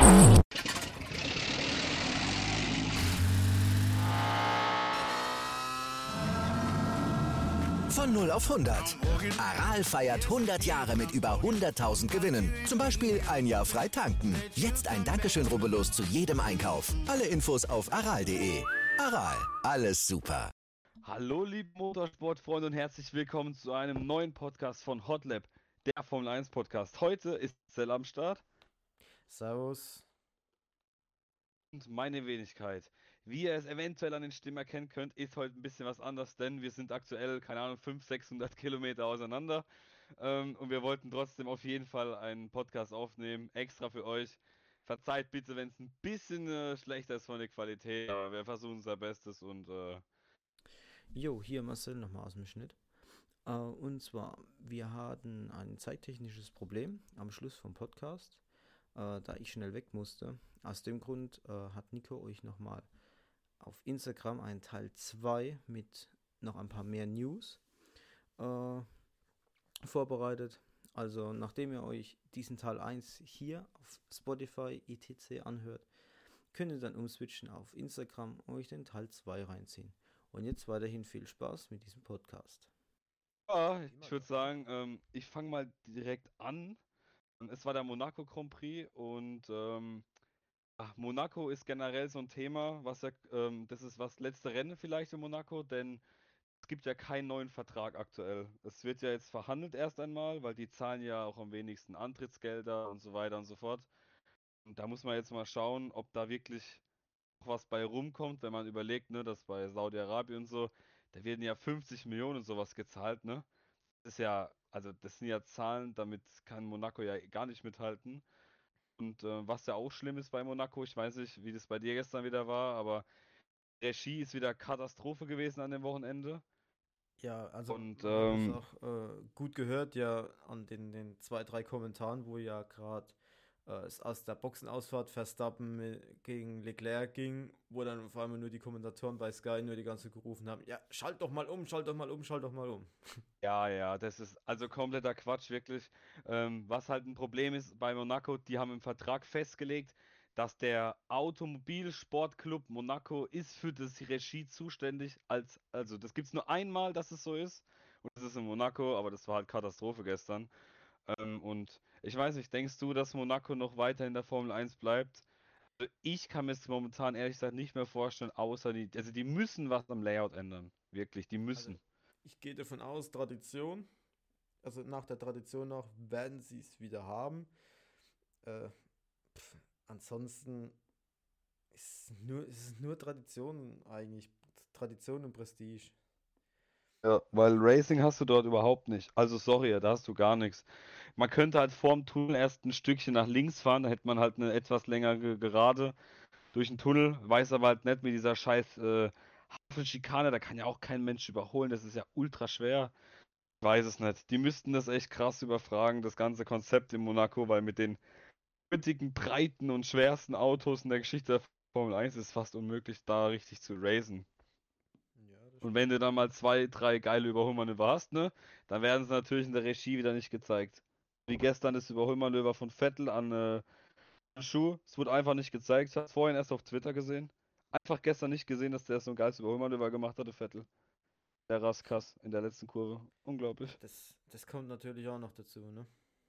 Von 0 auf 100. Aral feiert 100 Jahre mit über 100.000 Gewinnen. Zum Beispiel ein Jahr frei tanken. Jetzt ein Dankeschön, rubbellos zu jedem Einkauf. Alle Infos auf aral.de. Aral, alles super. Hallo liebe Motorsportfreunde und herzlich willkommen zu einem neuen Podcast von Hotlap, der Formel 1 Podcast. Heute ist Zell am Start. Servus. Und meine Wenigkeit. Wie ihr es eventuell an den Stimmen erkennen könnt, ist heute ein bisschen was anders, denn wir sind aktuell, keine Ahnung, 500-600 Kilometer auseinander. Und wir wollten trotzdem auf jeden Fall einen Podcast aufnehmen, extra für euch. Verzeiht bitte, wenn es ein bisschen schlechter ist von der Qualität, aber wir versuchen unser Bestes und Jo, hier Marcel nochmal aus dem Schnitt. Und zwar, wir hatten ein zeittechnisches Problem am Schluss vom Podcast, da ich schnell weg musste. Aus dem Grund hat Nico euch nochmal auf Instagram einen Teil 2 mit noch ein paar mehr News vorbereitet. Also nachdem ihr euch diesen Teil 1 hier auf Spotify etc. anhört, könnt ihr dann umswitchen auf Instagram und euch den Teil 2 reinziehen. Und jetzt weiterhin viel Spaß mit diesem Podcast. ja, ich würde sagen, ich fange mal direkt an. Es war der Monaco Grand Prix und Monaco ist generell so ein Thema, das ist das letzte Rennen vielleicht in Monaco, denn es gibt ja keinen neuen Vertrag aktuell. Es wird ja jetzt verhandelt erst einmal, weil die zahlen ja auch am wenigsten Antrittsgelder und so weiter und so fort. Und da muss man jetzt mal schauen, ob da wirklich noch was bei rumkommt, wenn man überlegt, ne, dass bei Saudi-Arabien und so, da werden ja 50 Millionen und sowas gezahlt, ne? Das ist ja, also das sind ja Zahlen, damit kann Monaco ja gar nicht mithalten. Und was ja auch schlimm ist bei Monaco, ich weiß nicht, wie das bei dir gestern wieder war, aber Regie ist wieder Katastrophe gewesen an dem Wochenende. Ja, also Und man hat es auch gut gehört, ja, an den 2, 3 Kommentaren, wo ja gerade es aus der Boxenausfahrt Verstappen gegen Leclerc ging, wo dann auf einmal nur die Kommentatoren bei Sky nur die ganze Zeit gerufen haben, ja, schalt doch mal um, schalt doch mal um, schalt doch mal um. ja, das ist also kompletter Quatsch, wirklich. Was halt ein Problem ist bei Monaco, die haben im Vertrag festgelegt, dass der Automobilsportclub Monaco ist für das Regie zuständig, also das gibt es nur einmal, dass es so ist. Und das ist in Monaco, aber das war halt Katastrophe gestern. Und ich weiß nicht, denkst du, dass Monaco noch weiter in der Formel 1 bleibt? Also ich kann mir es momentan ehrlich gesagt nicht mehr vorstellen, außer also die müssen was am Layout ändern. Wirklich, die Also müssen. ich gehe davon aus, Tradition, also nach der Tradition noch werden sie es wieder haben. Äh, Ansonsten ist es nur Tradition eigentlich. Tradition und Prestige. Ja, weil Racing hast du dort überhaupt nicht. Also sorry, da hast du gar nichts. Man könnte halt vorm Tunnel erst ein Stückchen nach links fahren, da hätte man halt eine etwas längere Gerade durch den Tunnel, weiß aber halt nicht mit dieser scheiß Havelschikane, da kann ja auch kein Mensch überholen, das ist ja ultra schwer. Ich weiß es nicht. Die müssten das echt krass überfragen, das ganze Konzept in Monaco, weil mit den heutigen, breiten und schwersten Autos in der Geschichte der Formel 1 ist es fast unmöglich, da richtig zu racen. Ja, das Und wenn stimmt. du dann mal 2, 3 geile Überholmanöver hast, ne, dann werden sie natürlich in der Regie wieder nicht gezeigt. Wie gestern das Überholmanöver von Vettel an Schuh. Es wurde einfach nicht gezeigt. Ich habe es vorhin erst auf Twitter gesehen. Einfach gestern nicht gesehen, dass der so ein geiles Überholmanöver gemacht hatte, Vettel. Der Raskas in der letzten Kurve. Unglaublich. Das kommt natürlich auch noch dazu, ne?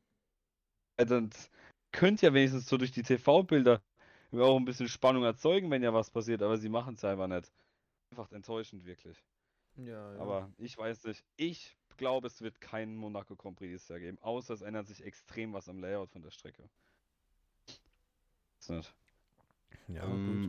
Das könnte ja wenigstens so durch die TV-Bilder auch ein bisschen Spannung erzeugen, wenn ja was passiert, aber sie machen es einfach nicht. Einfach enttäuschend, wirklich. Ja, ja. Aber ich weiß nicht. Ich glaube, es wird keinen Monaco Grand Prix dieses Jahr geben, außer es ändert sich extrem was am Layout von der Strecke. Ist nicht. Ja, gut. Ähm,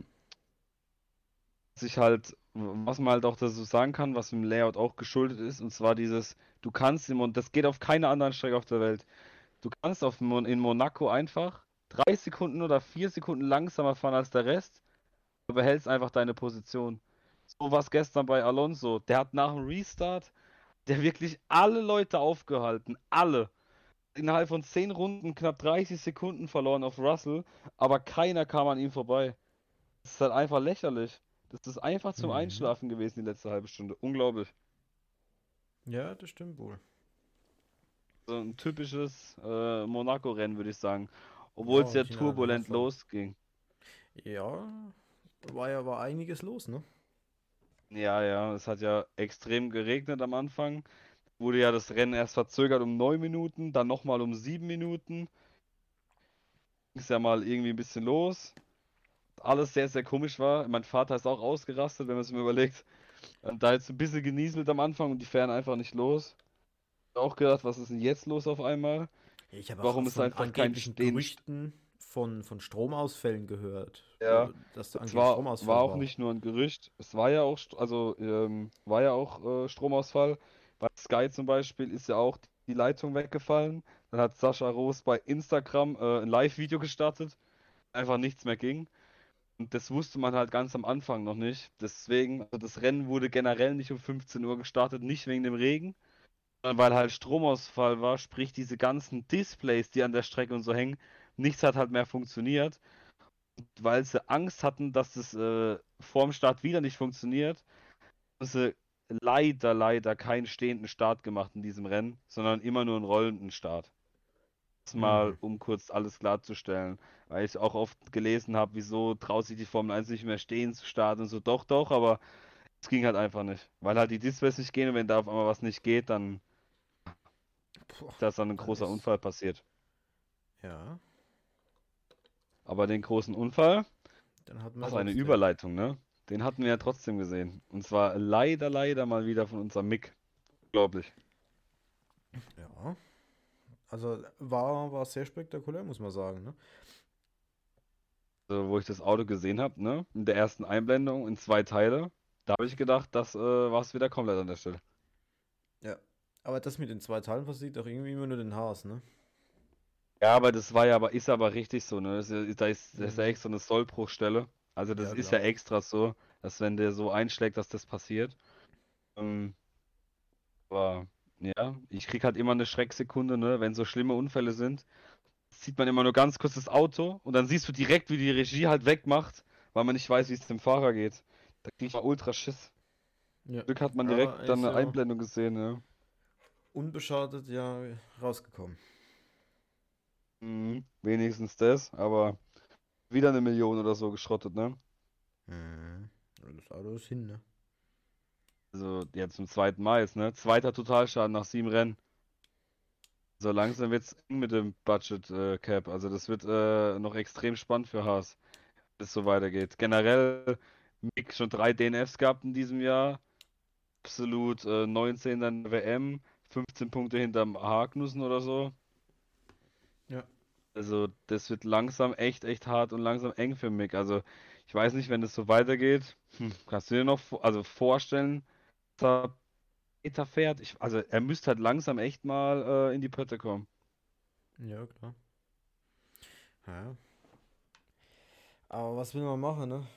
was man halt auch dazu sagen kann, was im Layout auch geschuldet ist, und zwar du kannst und das geht auf keiner anderen Strecke auf der Welt. Du kannst in Monaco einfach 3 Sekunden oder 4 Sekunden langsamer fahren als der Rest, du behältst einfach deine Position. So war es gestern bei Alonso. Der hat nach dem Restart, der wirklich alle Leute aufgehalten. Alle. Innerhalb von 10 Runden knapp 30 Sekunden verloren auf Russell, aber keiner kam an ihm vorbei. Das ist halt einfach lächerlich. Das ist einfach zum Mhm. Einschlafen gewesen, die letzte halbe Stunde. Unglaublich. Ja, das stimmt wohl. So ein typisches Monaco-Rennen, würde ich sagen. Obwohl Ja, es ja original turbulent Nachfrage. losging. Ja, war einiges los, ne? Ja, ja, es hat ja extrem geregnet am Anfang. Wurde ja das Rennen erst verzögert um 9 Minuten, dann nochmal um 7 Minuten. Ist ja mal irgendwie ein bisschen los. Alles sehr, sehr komisch war. Mein Vater ist auch ausgerastet, wenn man es mir überlegt. Da jetzt ein bisschen genieselt am Anfang und die fahren einfach nicht los. Auch gedacht, was ist denn jetzt los auf einmal? Ich habe auch Warum ist von einfach kein angeblichen Stehen? Gerüchten von Stromausfällen gehört, Ja, dass da es angeblich war Stromausfall auch war. nicht nur ein Gerücht. Es war ja auch, war ja auch Stromausfall. Bei Sky zum Beispiel ist ja auch die Leitung weggefallen. Dann hat Sascha Roos bei Instagram ein Live-Video gestartet. Einfach nichts mehr ging. Und das wusste man halt ganz am Anfang noch nicht. Deswegen, also das Rennen wurde generell nicht um 15 Uhr gestartet, nicht wegen dem Regen, sondern weil halt Stromausfall war, sprich diese ganzen Displays, die an der Strecke und so hängen, nichts hat halt mehr funktioniert, weil sie Angst hatten, dass das vorm Start wieder nicht funktioniert, haben sie leider keinen stehenden Start gemacht in diesem Rennen, sondern immer nur einen rollenden Start. Das mal, Mhm. um kurz alles klarzustellen, weil ich auch oft gelesen habe, wieso traut sich die Formel 1 nicht mehr stehen zu starten und so, doch, doch, aber es ging halt einfach nicht, weil halt die Displays nicht gehen und wenn da auf einmal was nicht geht, dann Puh, ist das dann ein dann großer ist, Unfall passiert. ja, Aber den großen Unfall, dann hatten wir was eine trotzdem. Überleitung, ne? Den hatten wir ja trotzdem gesehen. Und zwar leider mal wieder von unserem Mick. Unglaublich. Ja, also war sehr spektakulär, muss man sagen, ne? Also, wo ich das Auto gesehen habe, ne? In der ersten Einblendung in zwei Teile, da habe ich gedacht, das war es wieder komplett an der Stelle. Ja. Aber das mit den zwei Teilen versieht doch irgendwie immer nur den Haas, ne? Ja, aber das war ja, ist aber richtig so, ne? Das ist ja Mhm. extra eine Sollbruchstelle. Also das Ja, ist ja klar. extra so, dass wenn der so einschlägt, dass das passiert. Ähm, aber ja, ich krieg halt immer eine Schrecksekunde, ne? Wenn so schlimme Unfälle sind, sieht man immer nur ganz kurz das Auto und dann siehst du direkt, wie die Regie halt wegmacht, weil man nicht weiß, wie es dem Fahrer geht. Da krieg ich mal ultra Schiss. Ja. Glück hat man direkt Aber er dann ist eine ja Einblendung gesehen, ne? unbeschadet ja rausgekommen. Mhm, wenigstens das, aber wieder eine Million oder so geschrottet, ne? Mhm. Ja, das Auto ist hin, ne? Also jetzt zum zweiten Mal jetzt, ne? Zweiter Totalschaden nach 7 Rennen. So langsam wird's eng mit dem Budget Cap. Also das wird noch extrem spannend für Haas, wenn es so weitergeht. Generell Mick schon 3 DNFs gehabt in diesem Jahr. Absolut 19 in der WM, 15 Punkte hinterm Magnussen oder so. Ja. Also das wird langsam echt hart und langsam eng für Mick. Also ich weiß nicht, wenn es so weitergeht. Kannst du dir noch also vorstellen, dass er Peter fährt? Also er müsste halt langsam echt mal in die Pötte kommen. Ja, klar. Ja. Aber was will man machen, ne?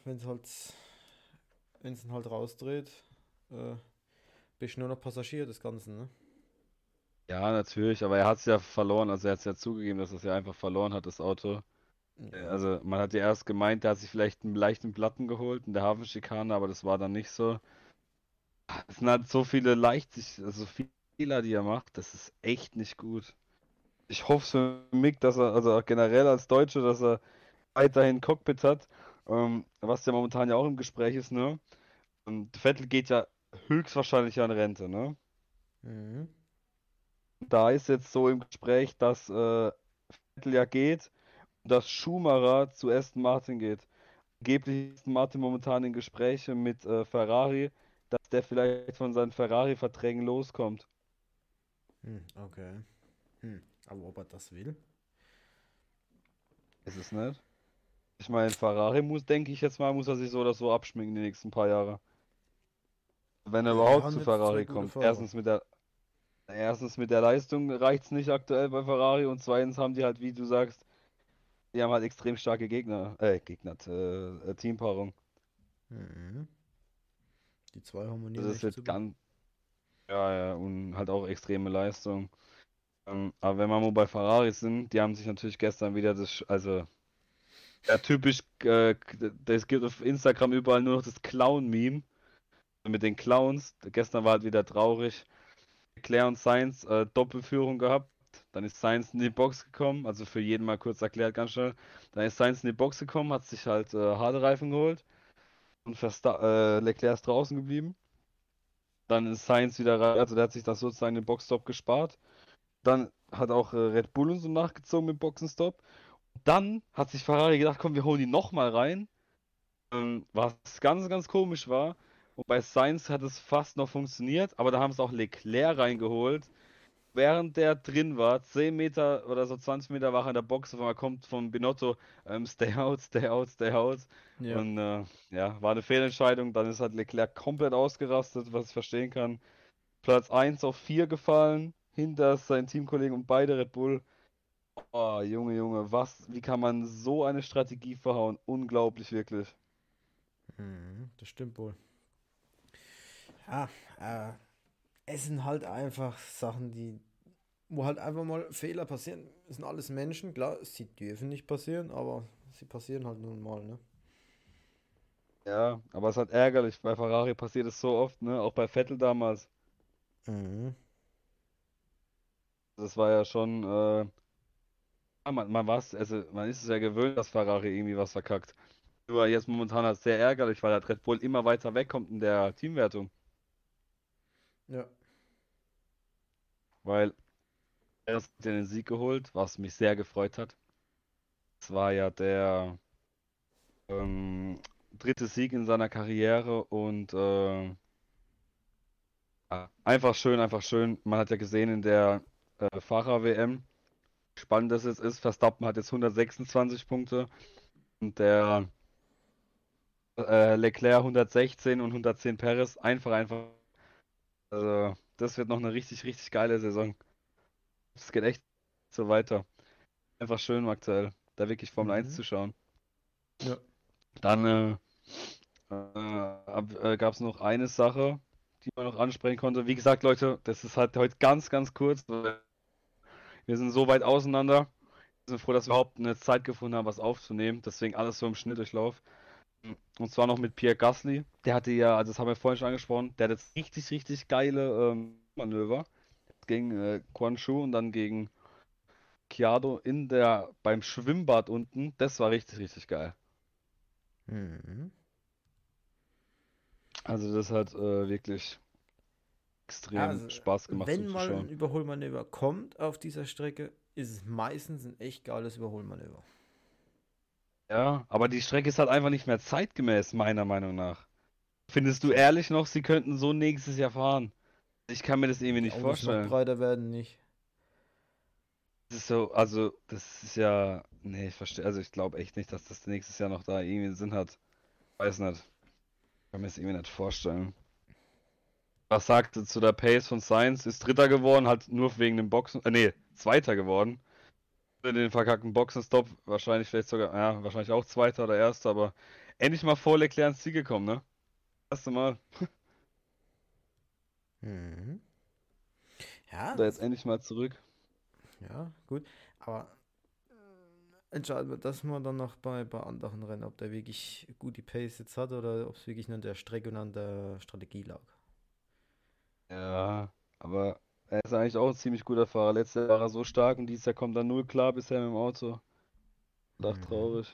Wenn es halt rausdreht, äh, bist du nur noch Passagier des Ganzen, ne? Ja, natürlich, aber er hat es ja verloren. Also er hat es ja zugegeben, dass er es ja einfach verloren hat, das Auto. Ja. Also man hat ja erst gemeint, er hat sich vielleicht einen leichten Platten geholt in der Hafenschikane, aber das war dann nicht so. Es sind halt so viele also Fehler, die er macht. Das ist echt nicht gut. Ich hoffe für Mick, dass er, also auch generell als Deutsche, dass er weiterhin Cockpit hat. Was ja momentan ja auch im Gespräch ist, ne? Und Vettel geht ja höchstwahrscheinlich an Rente, ne? Mhm. Da ist jetzt so im Gespräch, dass Vettel ja geht und dass Schumacher zu Aston Martin geht. Angeblich ist Martin momentan in Gesprächen mit Ferrari, dass der vielleicht von seinen Ferrari-Verträgen loskommt. Hm, okay. Hm. Aber ob er das will? Ist es nicht? Ich meine, Ferrari muss, denke ich jetzt mal, muss er sich so oder so abschminken die nächsten paar Jahre. Wenn er Die überhaupt haben zu jetzt zwei Ferrari gute kommt. Fahrer. Erstens mit der Leistung reicht es nicht aktuell bei Ferrari und zweitens haben die halt, wie du sagst, die haben halt extrem starke Teampaarung. Mhm. Die zwei Also harmonieren das echt wird super. ganz, ja, und halt auch extreme Leistung. Aber wenn wir mal bei Ferrari sind, die haben sich natürlich gestern wieder also ja, typisch, es gibt auf Instagram überall nur noch das Clown-Meme mit den Clowns. Gestern war halt wieder traurig. Leclerc und Sainz Doppelführung gehabt. Dann ist Sainz in die Box gekommen, also für jeden mal kurz erklärt, ganz schnell. Dann ist Sainz in die Box gekommen, hat sich halt harte Reifen geholt und Leclerc ist draußen geblieben. Dann ist Sainz wieder rein, also der hat sich das sozusagen den Boxenstopp gespart. Dann hat auch Red Bull und so nachgezogen mit Boxenstopp. Dann hat sich Ferrari gedacht, komm, wir holen die nochmal rein. Was ganz, ganz komisch war. Und bei Sainz hat es fast noch funktioniert, aber da haben sie auch Leclerc reingeholt. Während der drin war, 10 Meter oder so 20 Meter war er in der Box, auf einmal kommt von Binotto, stay out, stay out, stay out. Ja. Und ja, war eine Fehlentscheidung. Dann ist halt Leclerc komplett ausgerastet, was ich verstehen kann. Platz 1 auf 4 gefallen, hinter seinen Teamkollegen und beide Red Bull. Oh, Junge, Junge, wie kann man so eine Strategie verhauen? Unglaublich, wirklich. Das stimmt wohl. Ja, es sind halt einfach Sachen, wo halt einfach mal Fehler passieren. Es sind alles Menschen, klar, sie dürfen nicht passieren, aber sie passieren halt nun mal, ne? Ja, aber es ist halt ärgerlich. Bei Ferrari passiert es so oft, ne? Auch bei Vettel damals. Das war ja schon, man ist es ja gewöhnt, dass Ferrari irgendwie was verkackt. Nur jetzt momentan ist es sehr ärgerlich, weil halt Red Bull immer weiter wegkommt in der Teamwertung. Ja. Weil er hat den Sieg geholt, was mich sehr gefreut hat. Es war ja der dritte Sieg in seiner Karriere und einfach schön, einfach schön. Man hat ja gesehen in der Fahrer-WM, spannend das jetzt ist. Verstappen hat jetzt 126 Punkte und der Leclerc 116 und 110 Perez. Einfach. Also, das wird noch eine richtig, richtig geile Saison. Es geht echt so weiter. Einfach schön aktuell, da wirklich Formel 1 zu schauen. Ja. Dann gab es noch eine Sache, die man noch ansprechen konnte. Wie gesagt, Leute, das ist halt heute ganz, ganz kurz. Wir sind so weit auseinander. Wir sind froh, dass wir überhaupt eine Zeit gefunden haben, was aufzunehmen. Deswegen alles so im Schnelldurchlauf. Und zwar noch mit Pierre Gasly. Der hatte ja, also das haben wir vorhin schon angesprochen, der hat jetzt richtig, richtig geile Manöver. Gegen Quan Chu und dann gegen Ricciardo beim Schwimmbad unten. Das war richtig, richtig geil. Also das hat wirklich extrem Spaß gemacht wenn mal zuzuschauen. ein Überholmanöver kommt auf dieser Strecke, ist es meistens ein echt geiles Überholmanöver. Ja, aber die Strecke ist halt einfach nicht mehr zeitgemäß, meiner Meinung nach. Findest du ehrlich noch, sie könnten so nächstes Jahr fahren? Ich kann mir das irgendwie nicht Autos vorstellen. noch breiter werden nicht. Das ist so, also, das ist ja. Nee, ich verstehe. Also, ich glaube echt nicht, dass das nächstes Jahr noch da irgendwie einen Sinn hat. Weiß nicht. Ich kann mir das irgendwie nicht vorstellen. Was sagte zu der Pace von Sainz? Ist Dritter geworden, halt nur wegen dem Boxen. Nee, Zweiter geworden. Den verkackten Boxenstopp. Wahrscheinlich vielleicht sogar, ja, wahrscheinlich auch Zweiter oder Erster, aber endlich mal vor Leclerc ins Ziel gekommen, ne? Erste Mal. Ja. Da jetzt endlich mal zurück. Ja, gut. Aber entscheiden wir das mal dann noch bei anderen Rennen, ob der wirklich gut die Pace jetzt hat oder ob es wirklich nur an der Strecke und an der Strategie lag. Ja, aber er ist eigentlich auch ein ziemlich guter Fahrer. Letztes Jahr war er so stark und dieses Jahr kommt er null klar bisher mit dem Auto. Doch traurig.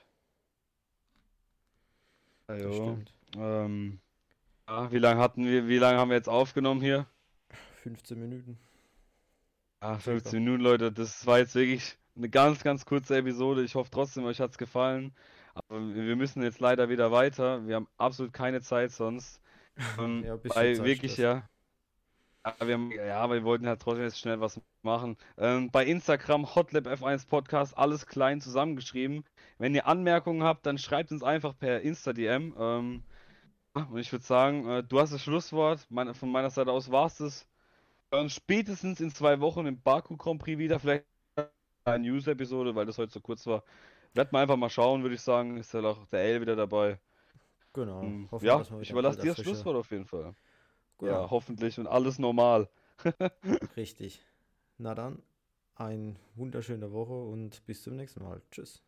Ja, Das jo. stimmt. Wie lange haben wir jetzt aufgenommen hier? 15 Minuten. 15 Minuten, Leute. Das war jetzt wirklich eine ganz, ganz kurze Episode. Ich hoffe trotzdem, euch hat es gefallen. Aber wir müssen jetzt leider wieder weiter. Wir haben absolut keine Zeit sonst. Ja, ein bisschen Weil wirklich, Zeitstress. aber wir wollten halt trotzdem jetzt schnell was machen. Bei Instagram Hotlap F1 Podcast, alles klein zusammengeschrieben. Wenn ihr Anmerkungen habt, dann schreibt uns einfach per Insta-DM. Und ich würde sagen, du hast das Schlusswort. Von meiner Seite aus war es das. Wir hören uns spätestens in 2 Wochen im Baku Grand Prix wieder. Vielleicht eine News-Episode, weil das heute so kurz war. Werden wir einfach mal schauen, würde ich sagen. Ist ja auch der L wieder dabei. Genau. Hoffen wir, Ja, dass wir ich wieder überlasse alter dir das Frische- Schlusswort auf jeden Fall. Genau. Ja, hoffentlich und alles normal. Richtig. Na dann, eine wunderschöne Woche und bis zum nächsten Mal. Tschüss.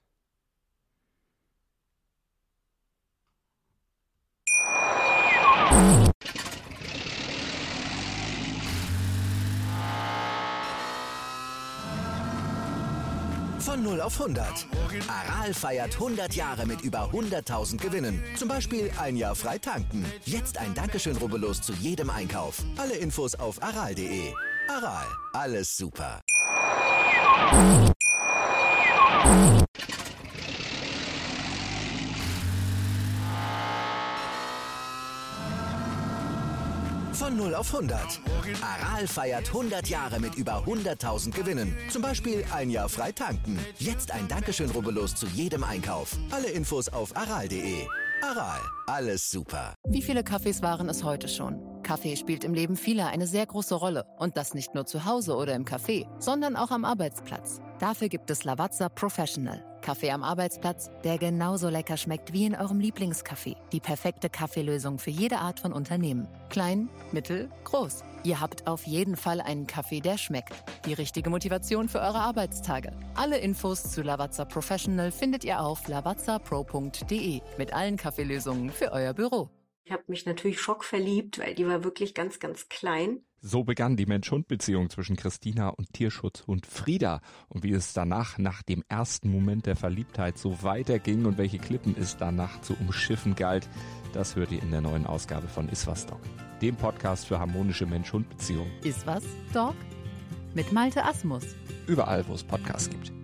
Von 0 auf 100. Aral feiert 100 Jahre mit über 100.000 Gewinnen. Zum Beispiel ein Jahr frei tanken. Jetzt ein Dankeschön, rubbellos zu jedem Einkauf. Alle Infos auf aral.de. Aral, alles super. Von 0 auf 100. Aral feiert 100 Jahre mit über 100.000 Gewinnen. Zum Beispiel ein Jahr frei tanken. Jetzt ein Dankeschön, rubbellos zu jedem Einkauf. Alle Infos auf aral.de. Aral, alles super. Wie viele Kaffees waren es heute schon? Kaffee spielt im Leben vieler eine sehr große Rolle. Und das nicht nur zu Hause oder im Café, sondern auch am Arbeitsplatz. Dafür gibt es Lavazza Professional. Kaffee am Arbeitsplatz, der genauso lecker schmeckt wie in eurem Lieblingscafé. Die perfekte Kaffeelösung für jede Art von Unternehmen. Klein, mittel, groß. Ihr habt auf jeden Fall einen Kaffee, der schmeckt. Die richtige Motivation für eure Arbeitstage. Alle Infos zu Lavazza Professional findet ihr auf lavazzapro.de mit allen Kaffeelösungen für euer Büro. Ich habe mich natürlich schockverliebt, weil die war wirklich ganz, ganz klein. So begann die Mensch-Hund-Beziehung zwischen Christina und Tierschutzhund Frieda. Und wie es danach, nach dem ersten Moment der Verliebtheit, so weiterging und welche Klippen es danach zu umschiffen galt, das hört ihr in der neuen Ausgabe von Iswas Dog, dem Podcast für harmonische Mensch-Hund-Beziehungen. Iswas Dog? Mit Malte Asmus. Überall, wo es Podcasts gibt.